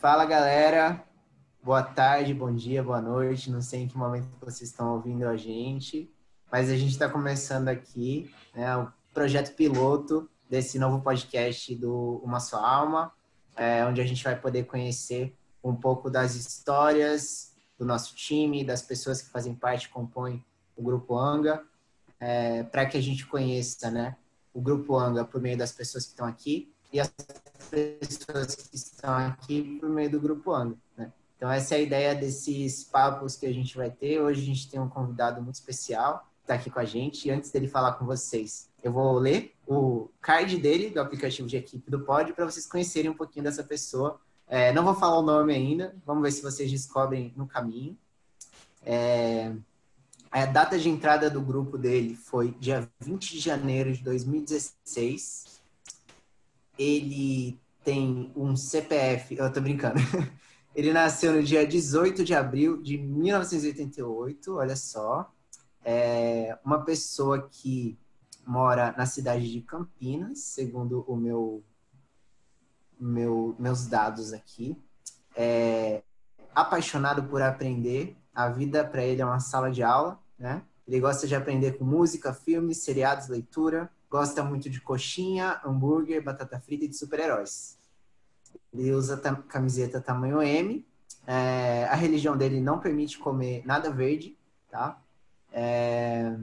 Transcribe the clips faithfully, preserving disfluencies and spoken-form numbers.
Fala, galera. Boa tarde, bom dia, boa noite. Não sei em que momento vocês estão ouvindo a gente, mas a gente está começando aqui, né, o projeto piloto desse novo podcast do Uma Só Alma, é, onde a gente vai poder conhecer um pouco das histórias do nosso time, das pessoas que fazem parte, compõem o Grupo Anga, é, para que a gente conheça, né, o Grupo Anga por meio das pessoas que estão aqui e as pessoas que estão aqui por meio do Grupo Anga, né? Então, essa é a ideia desses papos que a gente vai ter. Hoje a gente tem um convidado muito especial que está aqui com a gente. E antes dele falar com vocês, eu vou ler o card dele, do aplicativo de equipe do Pod, para vocês conhecerem um pouquinho dessa pessoa. É, não vou falar o nome ainda, vamos ver se vocês descobrem no caminho. É, a data de entrada do grupo dele foi dia vinte de janeiro de dois mil e dezesseis. Ele tem um C P F... Eu tô brincando. Ele nasceu no dia dezoito de abril de mil novecentos e oitenta e oito, olha só. É uma pessoa que mora na cidade de Campinas, segundo o meu, meu, meus dados aqui. É apaixonado por aprender. A vida para ele é uma sala de aula, né? Ele gosta de aprender com música, filmes, seriados, leitura. Gosta muito de coxinha, hambúrguer, batata frita e de super-heróis. Ele usa tam- camiseta tamanho M. É, a religião dele não permite comer nada verde, tá? É,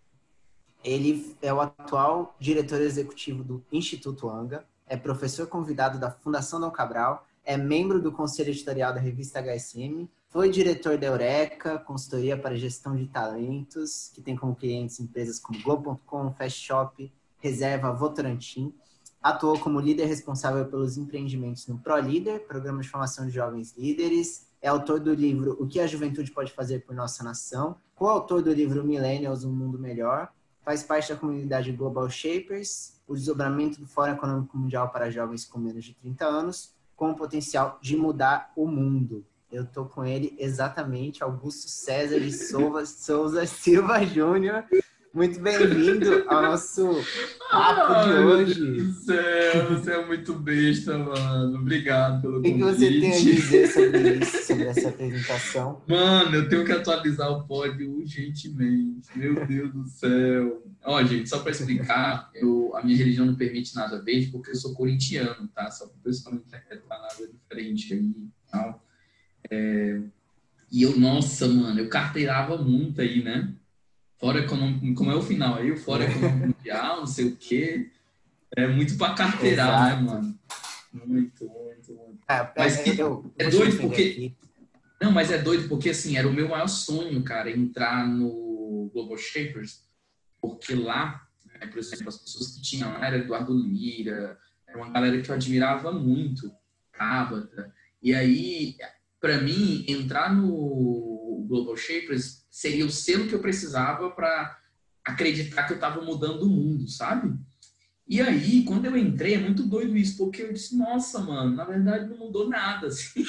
ele é o atual diretor executivo do Instituto Anga, é professor convidado da Fundação Dom Cabral, é membro do conselho editorial da revista H S M, foi diretor da Eureka, consultoria para gestão de talentos, que tem como clientes empresas como Globo ponto com, Fast Shop, Reserva, Votorantim. Atuou como líder responsável pelos empreendimentos no ProLíder, Programa de Formação de Jovens Líderes. É autor do livro O que a Juventude Pode Fazer por Nossa Nação. Coautor do livro Millennials, Um Mundo Melhor. Faz parte da comunidade Global Shapers, o desdobramento do Fórum Econômico Mundial para jovens com menos de trinta anos, com o potencial de mudar o mundo. Eu estou com ele exatamente, Augusto César de Souza, Souza Silva Júnior. Muito bem-vindo ao nosso papo de hoje. Meu Deus do céu, você é muito besta, mano. Obrigado pelo O que, que convite. você tem a dizer sobre isso, sobre essa apresentação? Mano, eu tenho que atualizar o pod urgentemente. Meu Deus do céu. Ó, gente, só para explicar, eu, a minha religião não permite nada verde porque eu sou corintiano, tá? Só para o pessoal não interpretar nada diferente aí e tal. É, e eu, nossa, mano, eu carteirava muito aí, né? Fora econômico, como é o final aí, o Fora Econômico Mundial, não sei o quê. É muito pra carteirar, Exato. né, mano? Muito, muito, muito. É, Mas é, que, eu, é eu doido porque... Aqui. Não, mas é doido porque, assim, era o meu maior sonho, cara, entrar no Global Shapers, porque lá, né, por exemplo, as pessoas que tinham lá era Eduardo Lira, era uma galera que eu admirava muito, Tabata. E aí, pra mim, entrar no Global Shapers seria o selo que eu precisava para acreditar que eu estava mudando o mundo, sabe? E aí, quando eu entrei, é muito doido isso, porque eu disse, nossa, mano, na verdade não mudou nada, assim.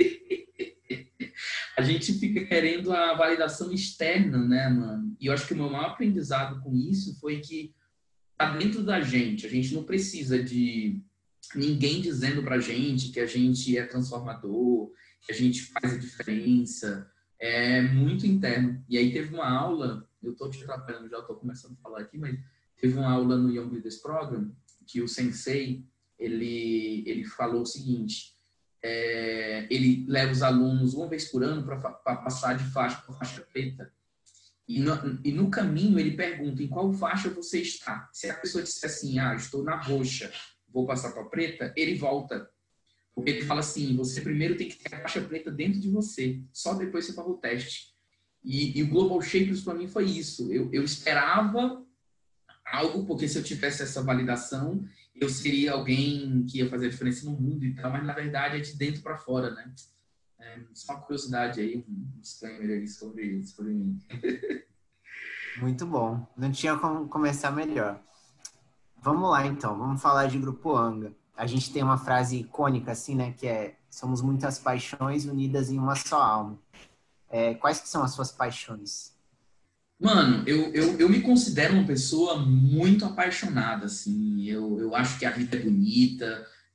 A gente fica querendo a validação externa, né, mano? E eu acho que o meu maior aprendizado com isso foi que tá dentro da gente, a gente não precisa de ninguém dizendo pra gente que a gente é transformador, que a gente faz a diferença. É muito interno. E aí teve uma aula, eu estou te atrapalhando já, estou começando a falar aqui, mas teve uma aula no Young Leaders Program que o sensei, ele, ele falou o seguinte, é, ele leva os alunos uma vez por ano para passar de faixa para faixa preta. E no, e no caminho ele pergunta em qual faixa você está. Se a pessoa disser assim, ah, estou na roxa, vou passar para preta, ele volta. Porque ele fala assim, você primeiro tem que ter a faixa preta dentro de você, só depois você faz o teste. E, e o Global Shapers para mim foi isso. Eu, eu esperava algo, porque se eu tivesse essa validação, eu seria alguém que ia fazer a diferença no mundo e tal, mas na verdade é de dentro para fora, né? É, só uma curiosidade aí, um disclaimer aí sobre, sobre mim. Muito bom. Não tinha como começar melhor. Vamos lá, então. Vamos falar de Grupo Anga. A gente tem uma frase icônica, assim, né? Que é, somos muitas paixões unidas em uma só alma. É, quais que são as suas paixões? Mano, eu, eu, eu me considero uma pessoa muito apaixonada, assim. Eu, eu acho que a vida é bonita,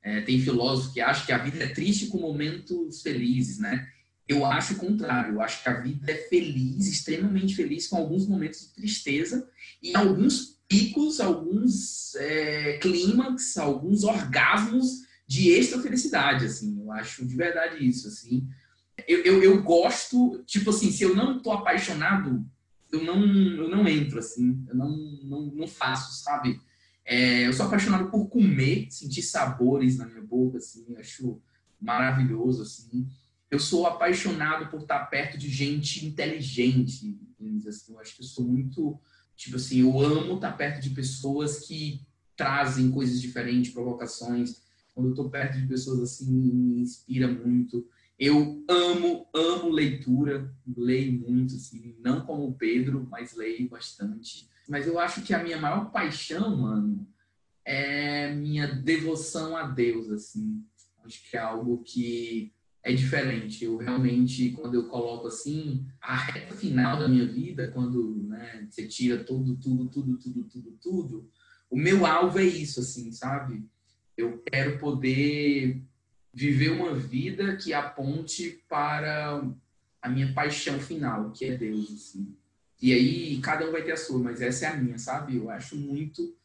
É, tem filósofo que acha que a vida é triste com momentos felizes, né? Eu acho o contrário. Eu acho que a vida é feliz, extremamente feliz, com alguns momentos de tristeza e alguns picos, alguns é, clímax, alguns orgasmos de extra felicidade, assim. Eu acho de verdade isso, assim. Eu, eu, eu gosto, tipo assim, se eu não tô apaixonado, eu não, eu não entro, assim. Eu não, não, não faço, sabe? É, eu sou apaixonado por comer, sentir sabores na minha boca, assim, eu acho maravilhoso, assim. Eu sou apaixonado por estar perto de gente inteligente, assim, eu acho que eu sou muito, tipo assim, eu amo estar perto de pessoas que trazem coisas diferentes, provocações. Quando eu estou perto de pessoas assim, me inspira muito. Eu amo, amo leitura, leio muito, assim, não como o Pedro, mas leio bastante. Mas eu acho que a minha maior paixão, mano, é minha devoção a Deus, assim. Acho que é algo que é diferente. Eu realmente, quando eu coloco assim, a reta final da minha vida, quando, né, você tira tudo, tudo, tudo, tudo, tudo, tudo, o meu alvo é isso, assim, sabe? Eu quero poder viver uma vida que aponte para a minha paixão final, que é Deus, assim. E aí, cada um vai ter a sua, mas essa é a minha, sabe? Eu acho muito...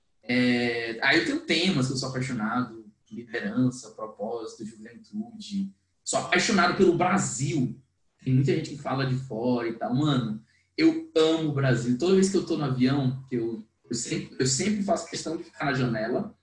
É... Aí eu tenho temas que eu sou apaixonado, liderança, propósito, juventude. Sou apaixonado pelo Brasil. Tem muita gente que fala de fora e tal. Mano, eu amo o Brasil. Toda vez que eu tô no avião, que eu, eu, sempre, eu sempre faço questão de ficar na janela.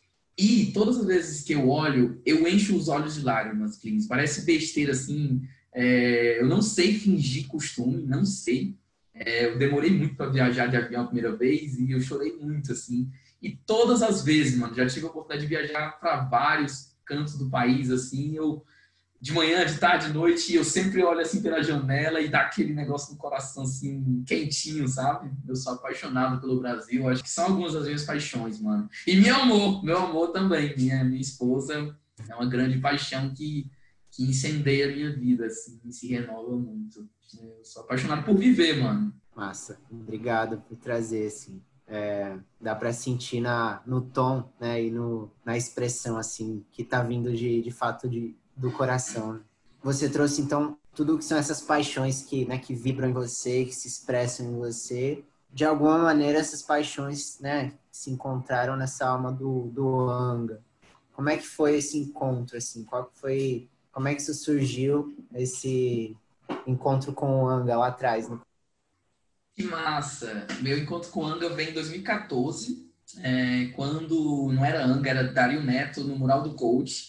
E todas as vezes que eu olho, eu encho os olhos de lágrimas, Clínis. Parece besteira, assim. É... Eu não sei fingir costume, não sei. É... Eu demorei muito para viajar de avião a primeira vez e eu chorei muito, assim. E todas as vezes, mano, já tive a oportunidade de viajar para vários cantos do país, assim, eu de manhã, de tarde, de noite, eu sempre olho assim pela janela e dá aquele negócio no coração, assim, quentinho, sabe? Eu sou apaixonado pelo Brasil, acho que são algumas das minhas paixões, mano. E meu amor, meu amor também, minha, minha esposa é uma grande paixão que, que incendeia a minha vida, assim, se renova muito. Eu sou apaixonado por viver, mano. Massa, obrigado por trazer, assim. É, dá para sentir na, no tom, né, e no, na expressão, assim, que tá vindo de, de fato de, do coração, né? Você trouxe, então, tudo que são essas paixões que, né, que vibram em você, que se expressam em você. De alguma maneira, essas paixões, né, se encontraram nessa alma do, do Anga. Como é que foi esse encontro, assim? Qual foi, como é que isso surgiu, esse encontro com o Anga lá atrás, né? Que massa! Meu encontro com o Anga vem em dois mil e quatorze, é, quando não era Anga, era Dario Neto no Mural do Coach.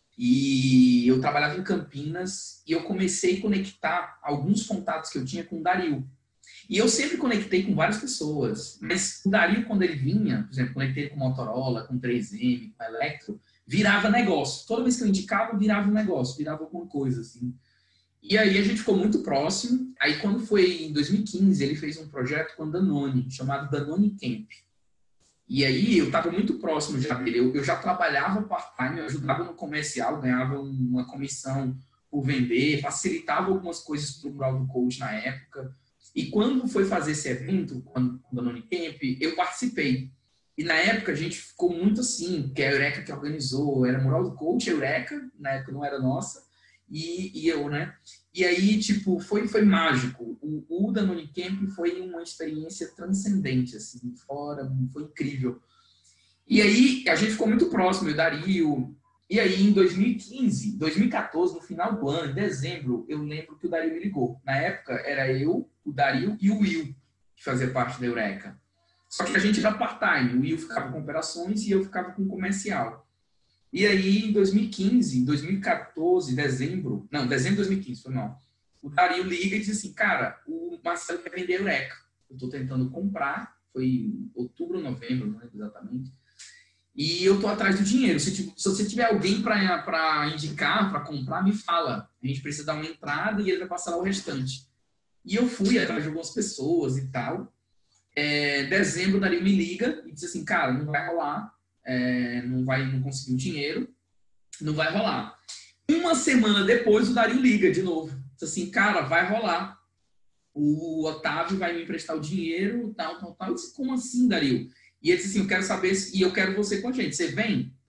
E eu trabalhava em Campinas e eu comecei a conectar alguns contatos que eu tinha com o Dario. E eu sempre conectei com várias pessoas, mas o Dario, quando ele vinha, por exemplo, conectei com Motorola, com três M, com Electro, virava negócio. Toda vez que eu indicava, virava um negócio, virava alguma coisa, assim. E aí a gente ficou muito próximo. Aí quando foi em dois mil e quinze, ele fez um projeto com a Danone, chamado Danone Camp. E aí eu estava muito próximo já dele. Eu, eu já trabalhava part-time, eu ajudava no comercial, ganhava uma comissão por vender, facilitava algumas coisas para o Mural do Coach na época. E quando foi fazer esse evento, quando o Danone Camp, eu participei. E na época a gente ficou muito assim, que é a Eureka que organizou, era Mural do Coach, Eureka, na época não era nossa, e, e eu, né? E aí, tipo, foi, foi mágico. O, o Danone Camp foi uma experiência transcendente, assim, fora, foi incrível. E aí, a gente ficou muito próximo, eu e o Dario. E aí, em dois mil e quinze, dois mil e quatorze, no final do ano, em dezembro, eu lembro que o Dario me ligou. Na época, era eu, o Dario e o Will, que fazia parte da Eureka. Só que a gente era part-time. O Will ficava com operações e eu ficava com comercial. E aí, em dois mil e quinze, dois mil e quatorze, dezembro... Não, dezembro de dois mil e quinze, foi mal. O Dario liga e diz assim, cara, o Marcelo quer vender a Eureka. Eu estou tentando comprar. Foi em outubro ou novembro, não lembro exatamente. E eu estou atrás do dinheiro. Se, se você tiver alguém para indicar, para comprar, me fala. A gente precisa dar uma entrada e ele vai passar lá o restante. E eu fui atrás de algumas pessoas e tal. É, dezembro, o Dario me liga e diz assim, cara, não vai rolar. É, não vai não conseguir o dinheiro, não vai rolar. Uma semana depois, o Dario liga de novo. Diz assim, cara, vai rolar. O Otávio vai me emprestar o dinheiro, tal, tal, tal. Eu disse, como assim, Dario? E ele disse assim, eu quero saber, se, e eu quero você com a gente. Você vem?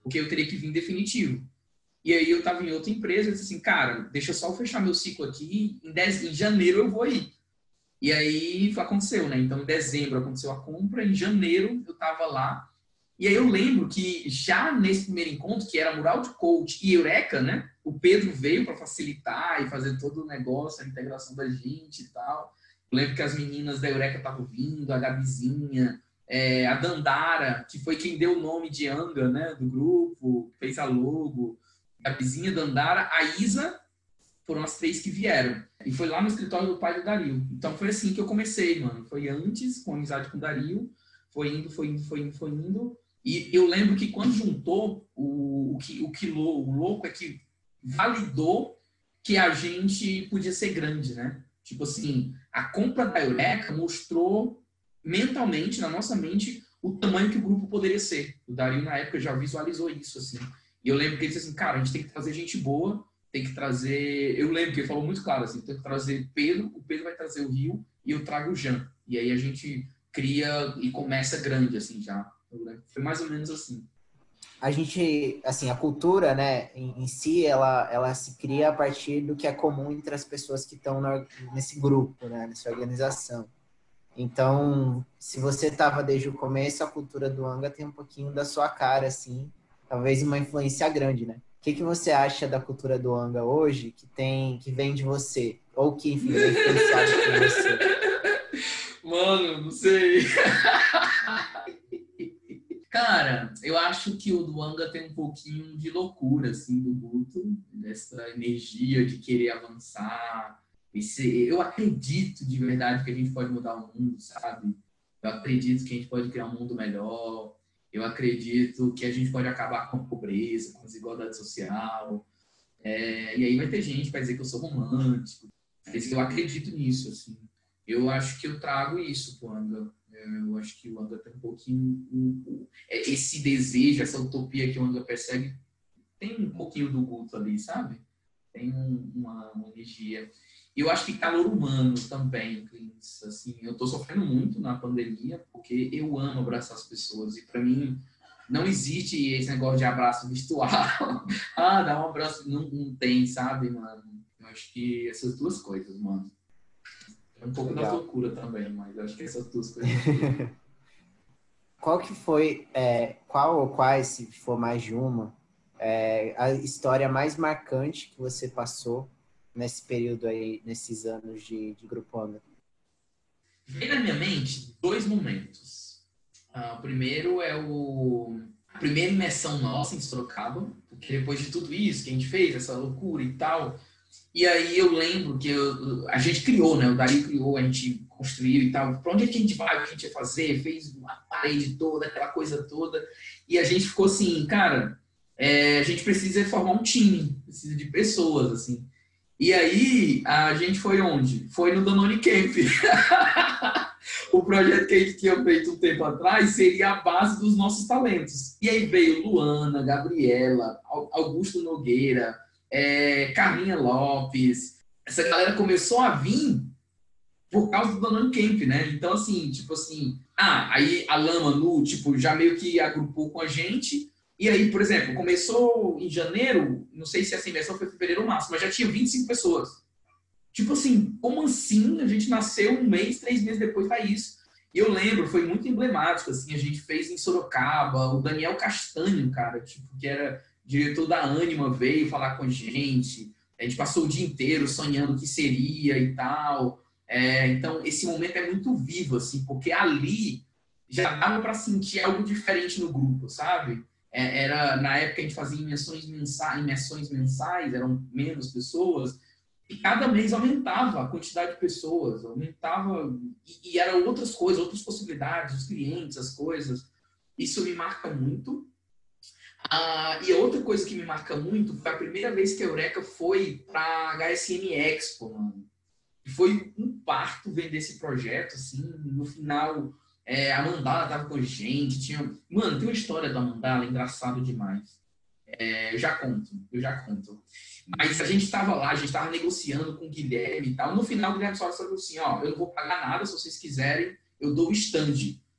porque eu teria que vir definitivo. E aí eu estava em outra empresa, eu disse assim, cara, deixa eu só fechar meu ciclo aqui, em, dez, em janeiro eu vou ir. E aí aconteceu, né? Então, em dezembro aconteceu a compra, em janeiro eu estava lá. E aí eu lembro que já nesse primeiro encontro, que era Mural de Coach e Eureka, né? O Pedro veio para facilitar e fazer todo o negócio, a integração da gente e tal. Eu lembro que as meninas da Eureka estavam vindo, a Gabizinha, é, a Dandara, que foi quem deu o nome de Anga, né? Do grupo, fez a logo. A Gabizinha, Dandara, a Isa, foram as três que vieram. E foi lá no escritório do pai do Dario. Então foi assim que eu comecei, mano. Foi antes, com amizade com o Dario. Foi indo, foi indo, foi indo, foi indo. E eu lembro que quando juntou, o, o, que, o, que, o louco é que validou que a gente podia ser grande, né? Tipo assim, a compra da Eureka mostrou mentalmente, na nossa mente, o tamanho que o grupo poderia ser. O Dario, na época, já visualizou isso, assim. E eu lembro que ele disse assim, cara, a gente tem que trazer gente boa, tem que trazer... Eu lembro que ele falou muito claro, assim, tem que trazer Pedro, o Pedro vai trazer o Rio e eu trago o Jean. E aí a gente cria e começa grande, assim, já. Foi mais ou menos assim. A gente, assim, a cultura, né, em, em si, ela, ela se cria a partir do que é comum entre as pessoas que estão nesse grupo, né, nessa organização. Então, se você estava desde o começo, a cultura do Anga tem um pouquinho da sua cara, assim, talvez uma influência grande, né? O que, que você acha da cultura do Anga hoje que tem, que vem de você? Ou que, enfim, é influenciado por você? Mano, não sei. Cara, eu acho que o do Anga tem um pouquinho de loucura, assim, do Guto, dessa energia de querer avançar. Esse, eu acredito de verdade que a gente pode mudar o mundo, sabe? Eu acredito que a gente pode criar um mundo melhor. Eu acredito que a gente pode acabar com a pobreza, com a desigualdade social. É, e aí vai ter gente que vai dizer que eu sou romântico. Mas eu acredito nisso, assim. Eu acho que eu trago isso pro Anga. Eu acho que o Anga tem um pouquinho... Um, um, esse desejo, essa utopia que o Anga persegue, tem um pouquinho do Guto ali, sabe? Tem um, uma, uma energia. E eu acho que calor humano também, Clins. Assim, eu tô sofrendo muito na pandemia, porque eu amo abraçar as pessoas. E para mim, não existe esse negócio de abraço virtual. Ah, dá um abraço. Não, não tem, sabe, mano? Eu acho que essas duas coisas, mano. É um pouco Legal. da loucura também, mas eu acho que essas duas coisas. Qual que foi, é, qual ou quais, se for mais de uma, é, a história mais marcante que você passou nesse período aí, nesses anos de, de Grupo Anga? Vem na minha mente dois momentos. Ah, o primeiro é o... a primeira imersão nossa em Sorocaba, porque depois de tudo isso que a gente fez, essa loucura e tal, e aí eu lembro que eu, a gente criou, né? O Dario criou, a gente construiu e tal. Para onde é que a gente vai? O que a gente ia fazer? Fez uma parede toda, aquela coisa toda. E a gente ficou assim, cara, é, a gente precisa formar um time, precisa de pessoas, assim. E aí a gente foi onde? Foi no Danone Camp. O projeto que a gente tinha feito um tempo atrás seria a base dos nossos talentos. E aí veio Luana, Gabriela, Augusto Nogueira, É, Carlinha Lopes, essa galera começou a vir por causa do Danone Camp, né? Então, assim, tipo assim, ah, aí a Lama Nu, tipo, já meio que agrupou com a gente, e aí, por exemplo, começou em janeiro, não sei se essa imersão foi em fevereiro ou março, mas já tinha vinte e cinco pessoas. Tipo assim, como assim a gente nasceu um mês, três meses depois pra isso? E eu lembro, foi muito emblemático, assim, a gente fez em Sorocaba, o Daniel Castanho, cara, tipo, que era diretor da Anima, veio falar com a gente, a gente passou o dia inteiro sonhando o que seria e tal. É, então, esse momento é muito vivo, assim, porque ali já dava para sentir algo diferente no grupo, sabe? É, era, na época a gente fazia imersões mensais, imersões mensais, eram menos pessoas, e cada mês aumentava a quantidade de pessoas, aumentava, e, e eram outras coisas, outras possibilidades, os clientes, as coisas. Isso me marca muito. Ah, e outra coisa que me marca muito foi a primeira vez que a Eureka foi para a H S M Expo, mano. E foi um parto vender esse projeto, assim, no final, é, a Mandala tava com a gente, tinha... Mano, tem uma história da Mandala, engraçado demais. É, eu já conto, eu já conto. Mas a gente tava lá, a gente tava negociando com o Guilherme e tal. No final, o Guilherme só falou assim, ó, eu não vou pagar nada, se vocês quiserem, eu dou o stand.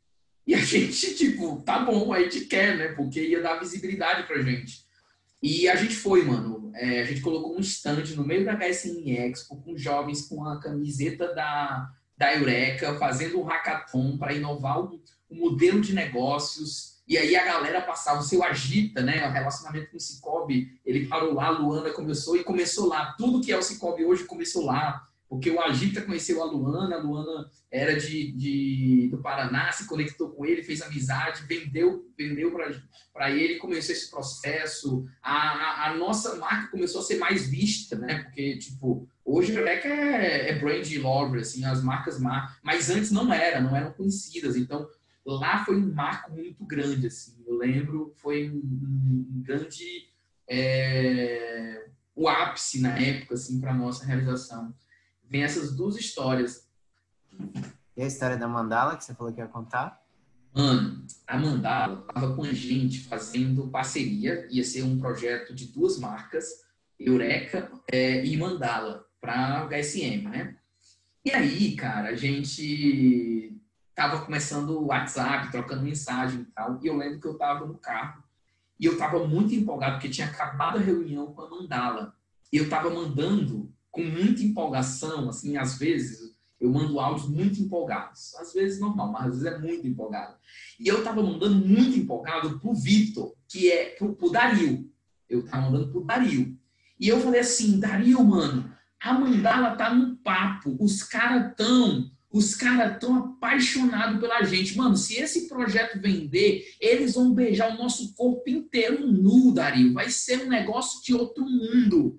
E a gente, tipo, tá bom, a gente quer, né? Porque ia dar visibilidade pra gente. E a gente foi, mano. É, a gente colocou um stand no meio da H S M Expo com jovens com a camiseta da, da Eureka, fazendo um hackathon para inovar o, o modelo de negócios. E aí a galera passava o seu Agita, né? O relacionamento com o Cicobi, ele parou lá, a Luana começou e começou lá. Tudo que é o Cicobi hoje começou lá. Porque o Agita conheceu a Luana, a Luana era de, de, do Paraná, se conectou com ele, fez amizade, vendeu, vendeu para ele, começou esse processo. A, a, a nossa marca começou a ser mais vista, né? Porque, tipo, hoje a Eureka é, é brand lover, assim, as marcas, mar... mas antes não era, não eram conhecidas. Então, lá foi um marco muito grande, assim. Eu lembro, foi um, um grande... É, o ápice na época, assim, para a nossa realização. Vem essas duas histórias. E a história da mandala que você falou que ia contar? Mano, a Mandala estava com a gente fazendo parceria, ia ser um projeto de duas marcas, Eureka é, e Mandala, para o H S M, né? E aí, cara, a gente tava começando o WhatsApp, trocando mensagem e tal, e eu lembro que eu tava no carro, e eu tava muito empolgado, porque tinha acabado a reunião com a Mandala, e eu tava mandando com muita empolgação, assim, às vezes eu mando áudios muito empolgados. Às vezes normal, mas às vezes é muito empolgado. E eu tava mandando muito empolgado pro Vitor, que é pro, pro Dario. Eu tava mandando pro Dario. E eu falei assim, Dario, mano, a Mandala tá no papo. Os caras tão, os caras tão apaixonados pela gente. Mano, se esse projeto vender, eles vão beijar o nosso corpo inteiro nu, Dario. Vai ser um negócio de outro mundo.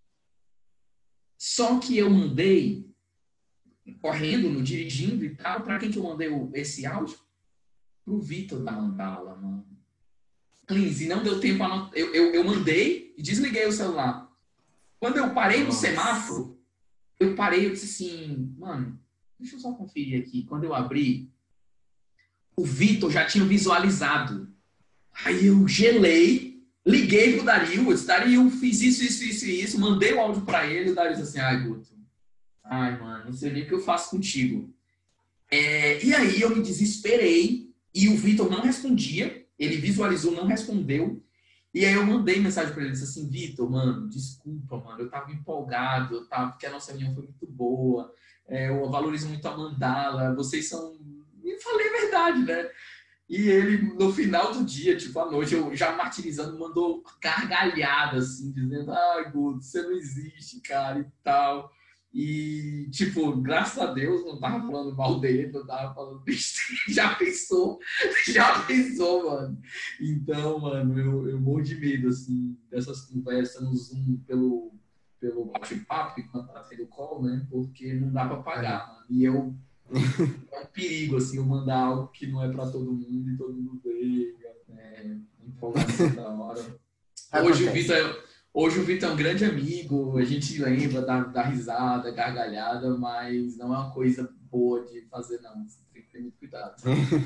Só que eu mandei correndo, no, dirigindo e tal. Pra quem que eu mandei esse áudio? Pro Vitor da Mandala, mano. Cleans, e não deu tempo. A eu, eu, eu mandei e desliguei o celular. Quando eu parei no semáforo, eu parei e disse assim, mano, deixa eu só conferir aqui. Quando eu abri, o Vitor já tinha visualizado. Aí eu gelei, liguei pro Dario, eu disse, Dario, fiz isso, isso, isso e isso, mandei o áudio pra ele, e o Dario disse assim, ai, Guto, ai, mano, não sei nem o que eu faço contigo. É, e aí eu me desesperei e o Vitor não respondia, ele visualizou, não respondeu. E aí eu mandei mensagem para ele, disse assim, Vitor, mano, desculpa, mano, eu tava empolgado, eu tava, porque a nossa reunião foi muito boa, é, eu valorizo muito a Mandala, vocês são... E falei a verdade, né? E ele, no final do dia, tipo, à noite, eu já martirizando, mandou gargalhada, assim, dizendo, ai, Guto, você não existe, cara, e tal. E, tipo, graças a Deus, não tava falando mal dele, não tava falando besteira. Já pensou, já pensou, mano. Então, mano, eu, eu morro de medo, assim, dessas conversas no Zoom pelo, pelo bate-papo, enquanto tá tendo call, né? Porque não dá pra pagar, mano. E eu, é um perigo, assim, eu mandar algo que não é pra todo mundo e todo mundo vê, é, empolgação da hora. Hoje o Vitor é... Hoje o Vitor é um grande amigo, a gente lembra da, da risada, gargalhada, mas não é uma coisa boa de fazer, não. Você tem que ter muito cuidado.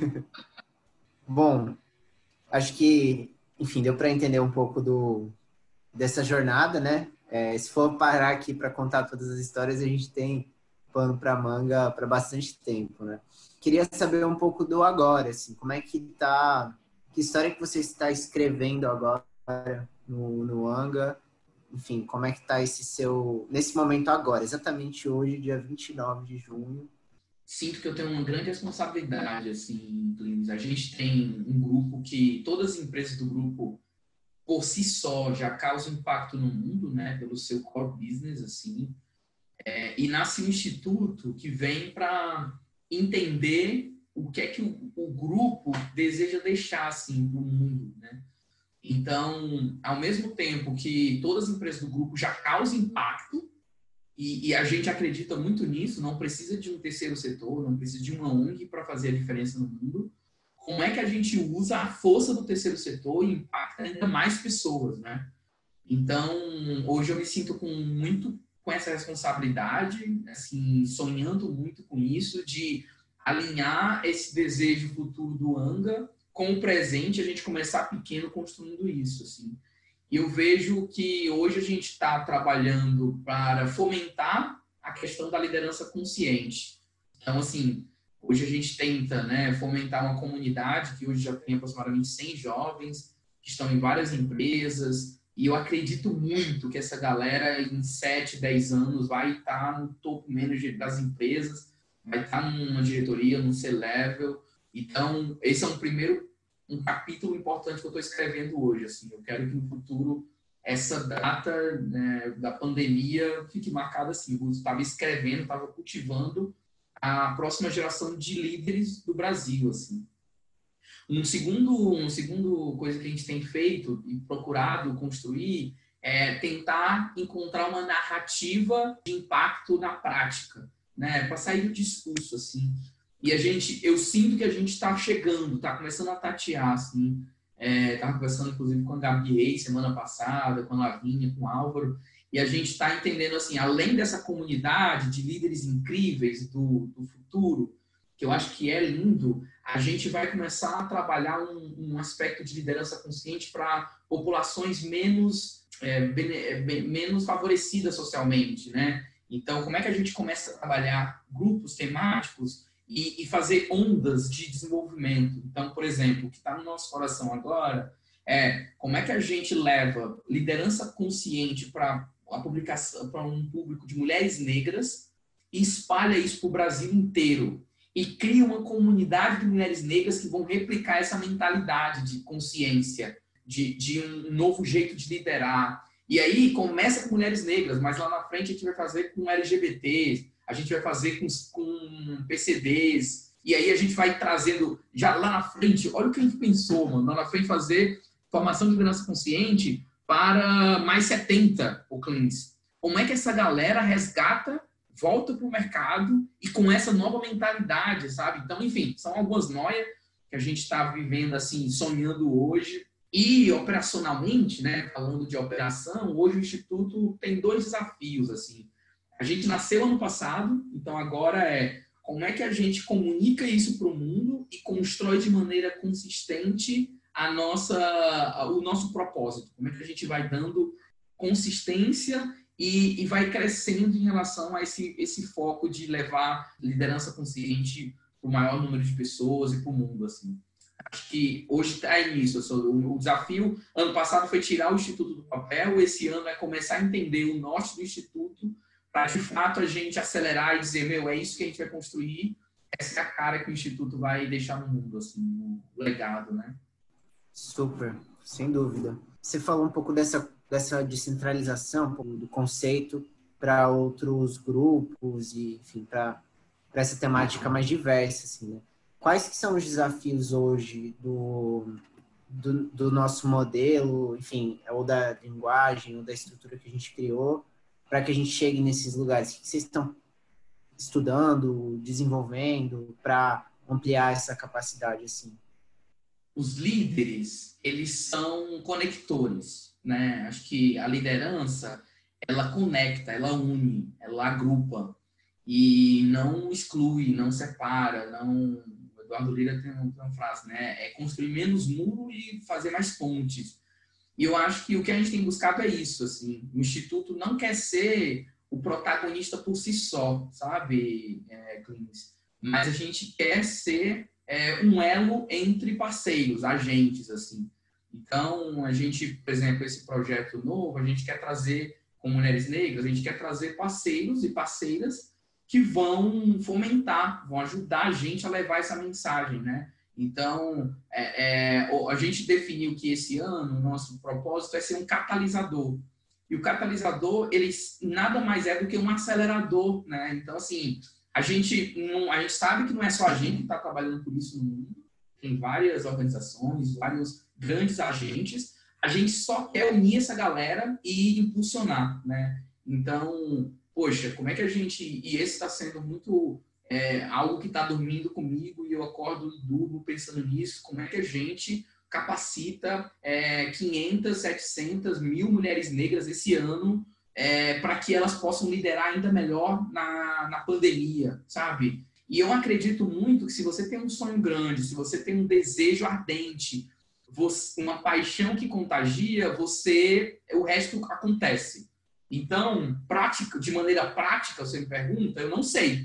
Bom, acho que, enfim, deu para entender um pouco do, dessa jornada, né? É, se for parar aqui para contar todas as histórias, a gente tem pano para manga para bastante tempo, né? Queria saber um pouco do agora, assim, como é que tá, que história que você está escrevendo agora no, no Anga, enfim, como é que tá esse seu, nesse momento agora, exatamente hoje, dia vinte e nove de junho. Sinto que eu tenho uma grande responsabilidade, assim, Clínis. A gente tem um grupo que, todas as empresas do grupo, por si só, já causam impacto no mundo, né, pelo seu core business, assim, é, e nasce um instituto que vem para entender o que é que o, o grupo deseja deixar, assim, para o mundo, né? Então, ao mesmo tempo que todas as empresas do grupo já causam impacto, e, e a gente acredita muito nisso, não precisa de um terceiro setor, não precisa de uma O N G para fazer a diferença no mundo, como é que a gente usa a força do terceiro setor e impacta ainda mais pessoas, né? Então, hoje eu me sinto com muito com essa responsabilidade, assim, sonhando muito com isso, de alinhar esse desejo futuro do Anga com o presente, a gente começar pequeno construindo isso, assim. E eu vejo que hoje a gente está trabalhando para fomentar a questão da liderança consciente. Então, assim, Hoje a gente tenta, né, fomentar uma comunidade que hoje já tem aproximadamente cem jovens que estão em várias empresas, e eu acredito muito que essa galera em sete, dez anos vai estar no topo manager das empresas, vai estar numa diretoria, num C-level. Então, esse é um primeiro um capítulo importante que eu estou escrevendo hoje. Assim. Eu quero que no futuro essa data, né, da pandemia fique marcada assim. Eu estava escrevendo, estava cultivando a próxima geração de líderes do Brasil. Assim. Um segundo, um segundo coisa que a gente tem feito e procurado construir é tentar encontrar uma narrativa de impacto na prática, né, para sair do discurso, assim. E a gente, eu sinto que a gente está chegando, está começando a tatear, assim. Estava é, conversando, inclusive, com a Gabi Reis semana passada, com a Lavínia, com o Álvaro, e a gente está entendendo, assim, além dessa comunidade de líderes incríveis do, do futuro, que eu acho que é lindo, a gente vai começar a trabalhar um, um aspecto de liderança consciente para populações menos, é, bene, menos favorecidas socialmente, né? Então, como é que a gente começa a trabalhar grupos temáticos e, e fazer ondas de desenvolvimento? Então, por exemplo, o que está no nosso coração agora é como é que a gente leva liderança consciente para a publicação, para um público de mulheres negras e espalha isso para o Brasil inteiro e cria uma comunidade de mulheres negras que vão replicar essa mentalidade de consciência, de, de um novo jeito de liderar. E aí começa com mulheres negras, mas lá na frente a gente vai fazer com L G B T, a gente vai fazer com, com P C Ds, e aí a gente vai trazendo, já lá na frente, olha o que a gente pensou, mano, lá na frente fazer formação de liderança consciente para mais setenta, o Cleans. Como é que essa galera resgata, volta para o mercado e com essa nova mentalidade, sabe? Então, enfim, são algumas noias que a gente está vivendo, assim, sonhando hoje. E operacionalmente, né, falando de operação, hoje o Instituto tem dois desafios, assim. A gente nasceu ano passado, então agora é como é que a gente comunica isso para o mundo e constrói de maneira consistente a nossa, o nosso propósito. Como é que a gente vai dando consistência e, e vai crescendo em relação a esse, esse foco de levar liderança consciente para o maior número de pessoas e para o mundo, assim. Acho que hoje está nisso. O desafio, ano passado, foi tirar o Instituto do papel. Esse ano é começar a entender o norte do Instituto para, de fato, a gente acelerar e dizer, meu, é isso que a gente vai construir. Essa é a cara que o Instituto vai deixar no mundo, assim, o legado, né? Super, sem dúvida. Você falou um pouco dessa, dessa descentralização, um pouco do conceito para outros grupos e, enfim, para essa temática mais diversa, assim, né? Quais que são os desafios hoje do, do, do nosso modelo, enfim, ou da linguagem, ou da estrutura que a gente criou, para que a gente chegue nesses lugares? O que vocês estão estudando, desenvolvendo para ampliar essa capacidade, assim? Os líderes, eles são conectores, né? Acho que a liderança, ela conecta, ela une, ela agrupa e não exclui, não separa, não... Eduardo Lira tem uma frase, né? É construir menos muro e fazer mais pontes. E eu acho que o que a gente tem buscado é isso, assim. O Instituto não quer ser o protagonista por si só, sabe, é, Clínis? Mas a gente quer ser é, um elo entre parceiros, agentes, assim. Então, a gente, por exemplo, esse projeto novo, a gente quer trazer, com Mulheres Negras, a gente quer trazer parceiros e parceiras que vão fomentar, vão ajudar a gente a levar essa mensagem, né? Então, é, é, a gente definiu que esse ano o nosso propósito é ser um catalisador. E o catalisador, ele nada mais é do que um acelerador, né? Então, assim, a gente, não, a gente sabe que não é só a gente que está trabalhando por isso no mundo, tem várias organizações, vários grandes agentes, a gente só quer unir essa galera e impulsionar, né? Então, poxa, como é que a gente... E esse está sendo muito... É, algo que está dormindo comigo e eu acordo e durmo pensando nisso. Como é que a gente capacita é, quinhentas, setecentas, mil mulheres negras esse ano é, para que elas possam liderar ainda melhor na, na pandemia, sabe? E eu acredito muito que se você tem um sonho grande, se você tem um desejo ardente, você, uma paixão que contagia, você, o resto acontece. Então, prática, de maneira prática, você me pergunta, eu não sei.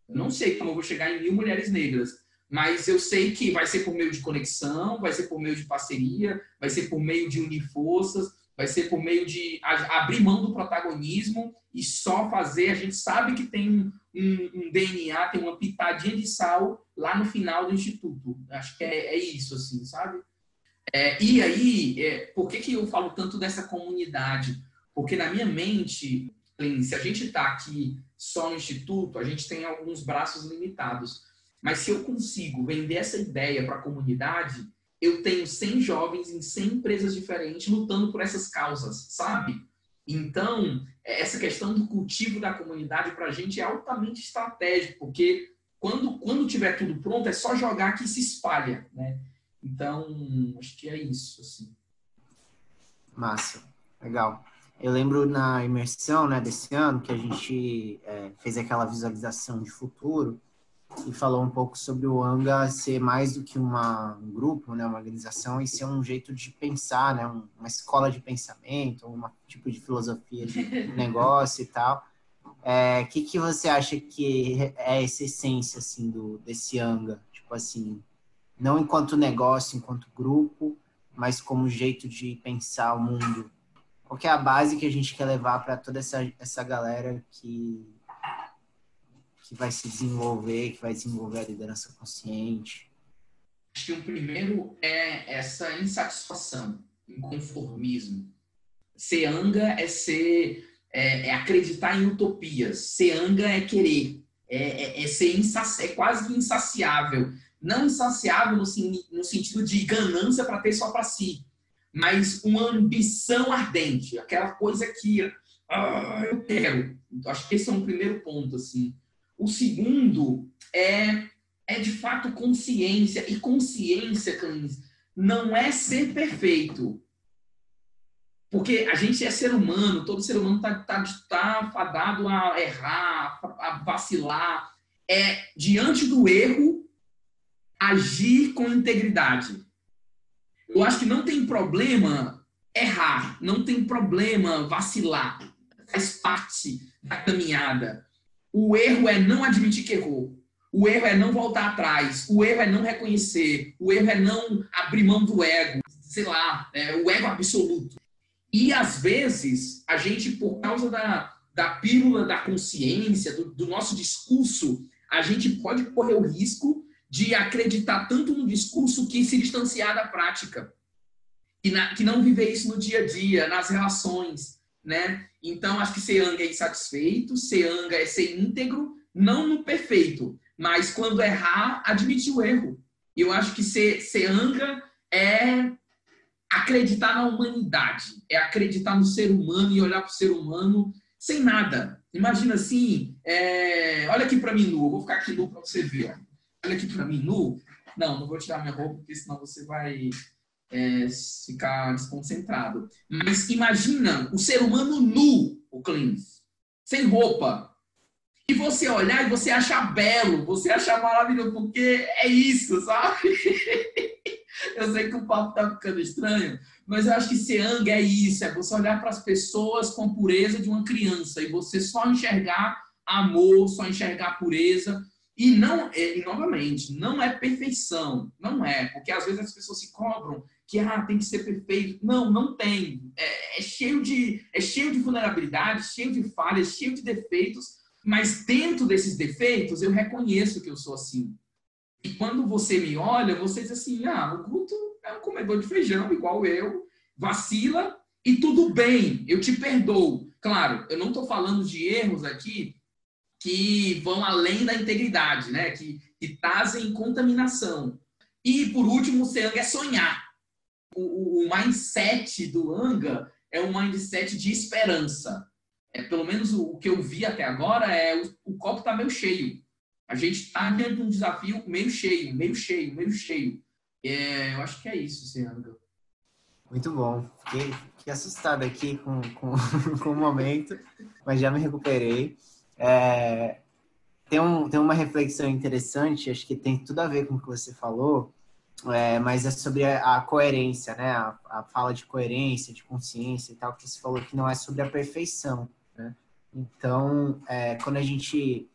Não sei como eu vou chegar em mil mulheres negras, mas eu sei que vai ser por meio de conexão, vai ser por meio de parceria, vai ser por meio de unir forças, vai ser por meio de abrir mão do protagonismo e só fazer. A gente sabe que tem um, um, um D N A, tem uma pitadinha de sal lá no final do Instituto. Acho que é, é isso, assim, sabe? É, e aí, é, por que, que eu falo tanto dessa comunidade? Porque na minha mente, se a gente está aqui só no Instituto, a gente tem alguns braços limitados. Mas se eu consigo vender essa ideia para a comunidade, eu tenho cem jovens em cem empresas diferentes lutando por essas causas, sabe? Então, essa questão do cultivo da comunidade para a gente é altamente estratégico, porque quando, quando tiver tudo pronto, é só jogar que se espalha, né? Então, acho que é isso, assim. Massa, legal. Eu lembro na imersão, né, desse ano, que a gente é, fez aquela visualização de futuro e falou um pouco sobre o Anga ser mais do que uma, um grupo, né, uma organização, e ser um jeito de pensar, né, um, uma escola de pensamento, um tipo de filosofia de negócio e tal. É, que que você acha que é essa essência, assim, do, desse Anga? Tipo assim, não enquanto negócio, enquanto grupo, mas como jeito de pensar o mundo. Qual que é a base que a gente quer levar para toda essa, essa galera que, que vai se desenvolver, que vai desenvolver a liderança consciente? Acho que o primeiro é essa insatisfação, inconformismo. Ser Anga é ser, é, é acreditar em utopias. Ser Anga é querer, é, é, é ser insaci, é quase que insaciável. Não insaciável no, no sentido de ganância para ter só para si, mas uma ambição ardente, aquela coisa que ah, eu quero. Acho que esse é um primeiro ponto, assim. O segundo é, é de fato consciência, e consciência, Clenis, não é ser perfeito. Porque a gente é ser humano, todo ser humano está tá, tá fadado a errar, a vacilar. É, diante do erro, agir com integridade. Eu acho que não tem problema errar, não tem problema vacilar. Faz parte da caminhada. O erro é não admitir que errou. O erro é não voltar atrás. O erro é não reconhecer. O erro é não abrir mão do ego. Sei lá, é, o ego absoluto. E, às vezes, a gente, por causa da, da pílula da consciência, do, do nosso discurso, a gente pode correr o risco de acreditar tanto no discurso que se distanciar da prática. E na, que não viver isso no dia a dia, nas relações, né? Então, acho que ser Anga é insatisfeito, ser Anga é ser íntegro, não no perfeito, mas quando errar, admitir o erro. E eu acho que ser, ser Anga é acreditar na humanidade, é acreditar no ser humano e olhar para o ser humano sem nada. Imagina assim, é... olha aqui para mim nu, eu vou ficar aqui nu para você ver. Olha aqui para mim nu. Não, não vou tirar minha roupa, porque senão você vai é, ficar desconcentrado. Mas imagina o ser humano nu, o Cleans, sem roupa. E você olhar e você achar belo, você achar maravilhoso, porque é isso, sabe? Eu sei que o papo tá ficando estranho, mas eu acho que ser Anga é isso, é você olhar para as pessoas com a pureza de uma criança e você só enxergar amor, só enxergar pureza. E, não, e novamente, não é perfeição, não é, porque às vezes as pessoas se cobram que ah, tem que ser perfeito. Não, não tem. É, é, cheio de, é cheio de vulnerabilidade, cheio de falhas, cheio de defeitos, mas dentro desses defeitos eu reconheço que eu sou assim. E quando você me olha, você diz assim, ah, o Guto é um comedor de feijão, igual eu, vacila e tudo bem, eu te perdoo. Claro, eu não estou falando de erros aqui que vão além da integridade, né? que, que trazem contaminação. E, por último, o ser Anga é sonhar. O, o, o mindset do Anga é um mindset de esperança. É, pelo menos o, o que eu vi até agora é o, o copo está meio cheio. A gente está diante de um desafio meio cheio, meio cheio, meio cheio. É, eu acho que é isso, ser Anga. Muito bom. Fiquei, fiquei assustado aqui com, com, com o momento, mas já me recuperei. É, tem, um, tem uma reflexão interessante, acho que tem tudo a ver com o que você falou, é, mas é sobre a, a coerência, né? A, a fala de coerência, de consciência e tal, que você falou que não é sobre a perfeição, né? Então, é, quando a gente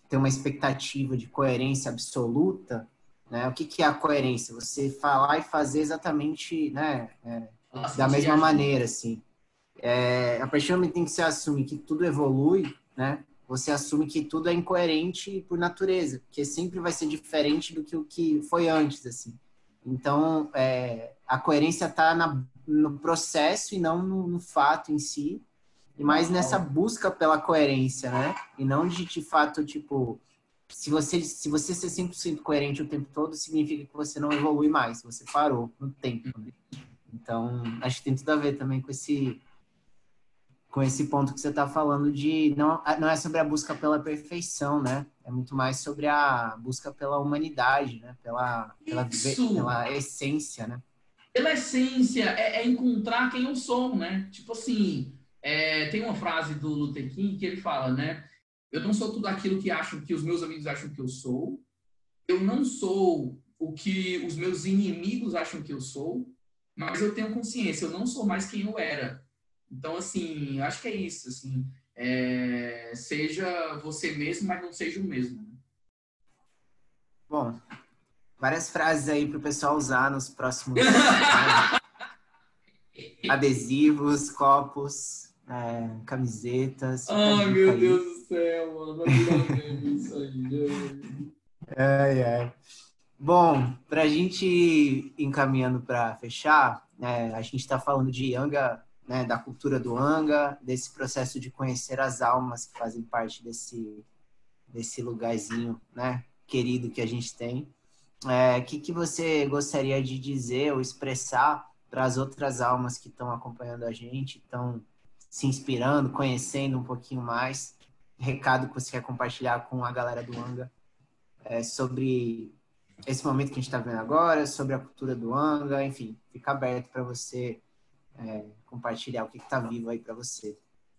ter uma expectativa de coerência absoluta, né? O que, que é a coerência? Você falar e fazer exatamente, né, é, da mesma maneira, assim. É, a partir do momento em que você assume que tudo evolui, né, você assume que tudo é incoerente por natureza, porque sempre vai ser diferente do que o que foi antes, assim. Então, é, a coerência está no processo e não no, no fato em si, e mais nessa busca pela coerência, né? E não de, de fato, tipo, se você, se você ser cem por cento coerente o tempo todo, significa que você não evolui mais, você parou no tempo, né? Então, acho que tem tudo a ver também com esse, com esse ponto que você está falando de... Não, não é sobre a busca pela perfeição, né? É muito mais sobre a busca pela humanidade, né? Pela, pela, pela essência, né? Pela essência, é, é encontrar quem eu sou, né? Tipo assim, é, tem uma frase do Luther King que ele fala, né? Eu não sou tudo aquilo que acham que os meus amigos acham que eu sou. Eu não sou o que os meus inimigos acham que eu sou, mas eu tenho consciência, eu não sou mais quem eu era. Então, assim, eu acho que é isso, assim, é, seja você mesmo, mas não seja o mesmo. Bom, várias frases aí para o pessoal usar nos próximos né, adesivos, copos, é, camisetas. Ai, meu aí. Deus do céu, mano, vai virar meme isso aí. Ai, ai. Bom, para a gente ir encaminhando para fechar, né, a gente está falando de Anga, né, da cultura do Anga, desse processo de conhecer as almas que fazem parte desse, desse lugarzinho, né, querido que a gente tem. O é, que, que você gostaria de dizer ou expressar para as outras almas que estão acompanhando a gente, estão se inspirando, conhecendo um pouquinho mais? Recado que você quer compartilhar com a galera do Anga é, sobre esse momento que a gente está vendo agora, sobre a cultura do Anga, enfim, fica aberto para você é, compartilhar o que está vivo aí para você.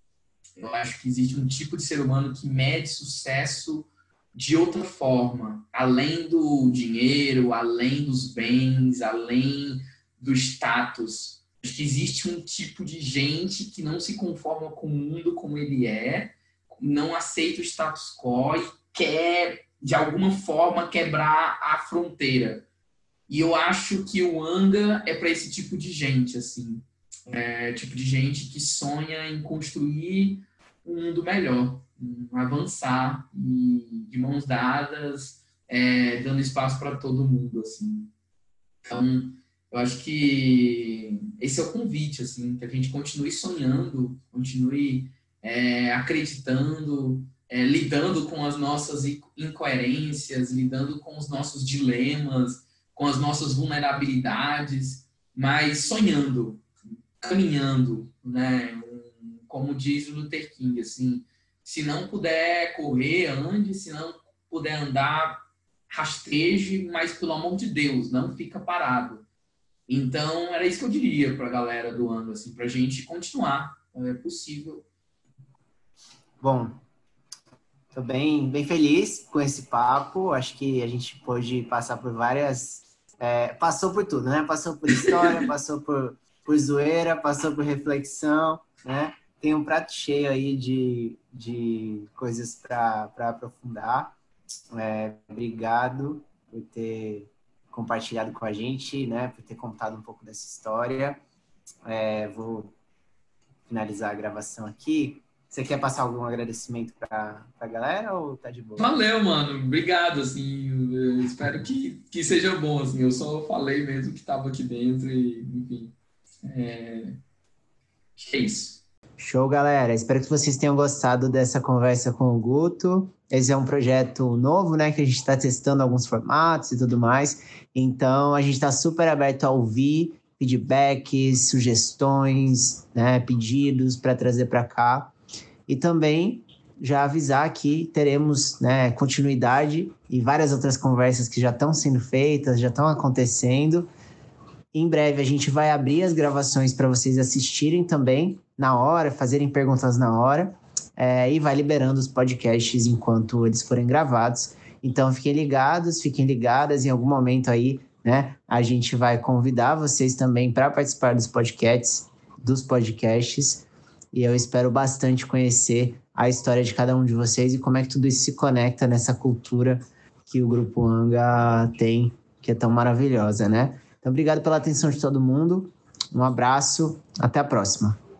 Eu acho que existe um tipo de ser humano que mede sucesso de outra forma, além do dinheiro, além dos bens, além do status. Acho que existe um tipo de gente que não se conforma com o mundo como ele é, não aceita o status quo e quer, de alguma forma, quebrar a fronteira. E eu acho que o Anga é para esse tipo de gente, assim. É, tipo de gente que sonha em construir um mundo melhor, avançar e de mãos dadas, é, dando espaço para todo mundo, assim. Então, eu acho que esse é o convite, assim, que a gente continue sonhando, continue é, acreditando, é, lidando com as nossas incoerências, lidando com os nossos dilemas, com as nossas vulnerabilidades, mas sonhando, caminhando, né? Como diz o Luther King, assim, se não puder correr, ande, se não puder andar, rasteje, mas pelo amor de Deus, não fica parado. Então, era isso que eu diria para a galera do Anga, assim, para a gente continuar, é possível. Bom, estou bem, bem feliz com esse papo, acho que a gente pôde passar por várias... É, passou por tudo, né? Passou por história, passou por, por zoeira, passou por reflexão, né? Tem um prato cheio aí de, de coisas para aprofundar. É, obrigado por ter compartilhado com a gente, né? Por ter contado um pouco dessa história. É, vou finalizar a gravação aqui. Você quer passar algum agradecimento para a galera ou tá de boa? Valeu, mano. Obrigado, assim. Eu espero que, que seja bom, assim. Eu só falei mesmo que estava aqui dentro e, enfim. É, é isso. Show, galera. Espero que vocês tenham gostado dessa conversa com o Guto. Esse é um projeto novo, né? Que a gente está testando alguns formatos e tudo mais. Então, a gente está super aberto a ouvir feedbacks, sugestões, né? Pedidos para trazer para cá. E também já avisar que teremos, né, continuidade e várias outras conversas que já estão sendo feitas, já estão acontecendo. Em breve a gente vai abrir as gravações para vocês assistirem também na hora, fazerem perguntas na hora, é, e vai liberando os podcasts enquanto eles forem gravados. Então fiquem ligados, fiquem ligadas, em algum momento aí, né, a gente vai convidar vocês também para participar dos podcasts, dos podcasts, e eu espero bastante conhecer a história de cada um de vocês e como é que tudo isso se conecta nessa cultura que o Grupo Anga tem, que é tão maravilhosa, né? Então, obrigado pela atenção de todo mundo. Um abraço. Até a próxima.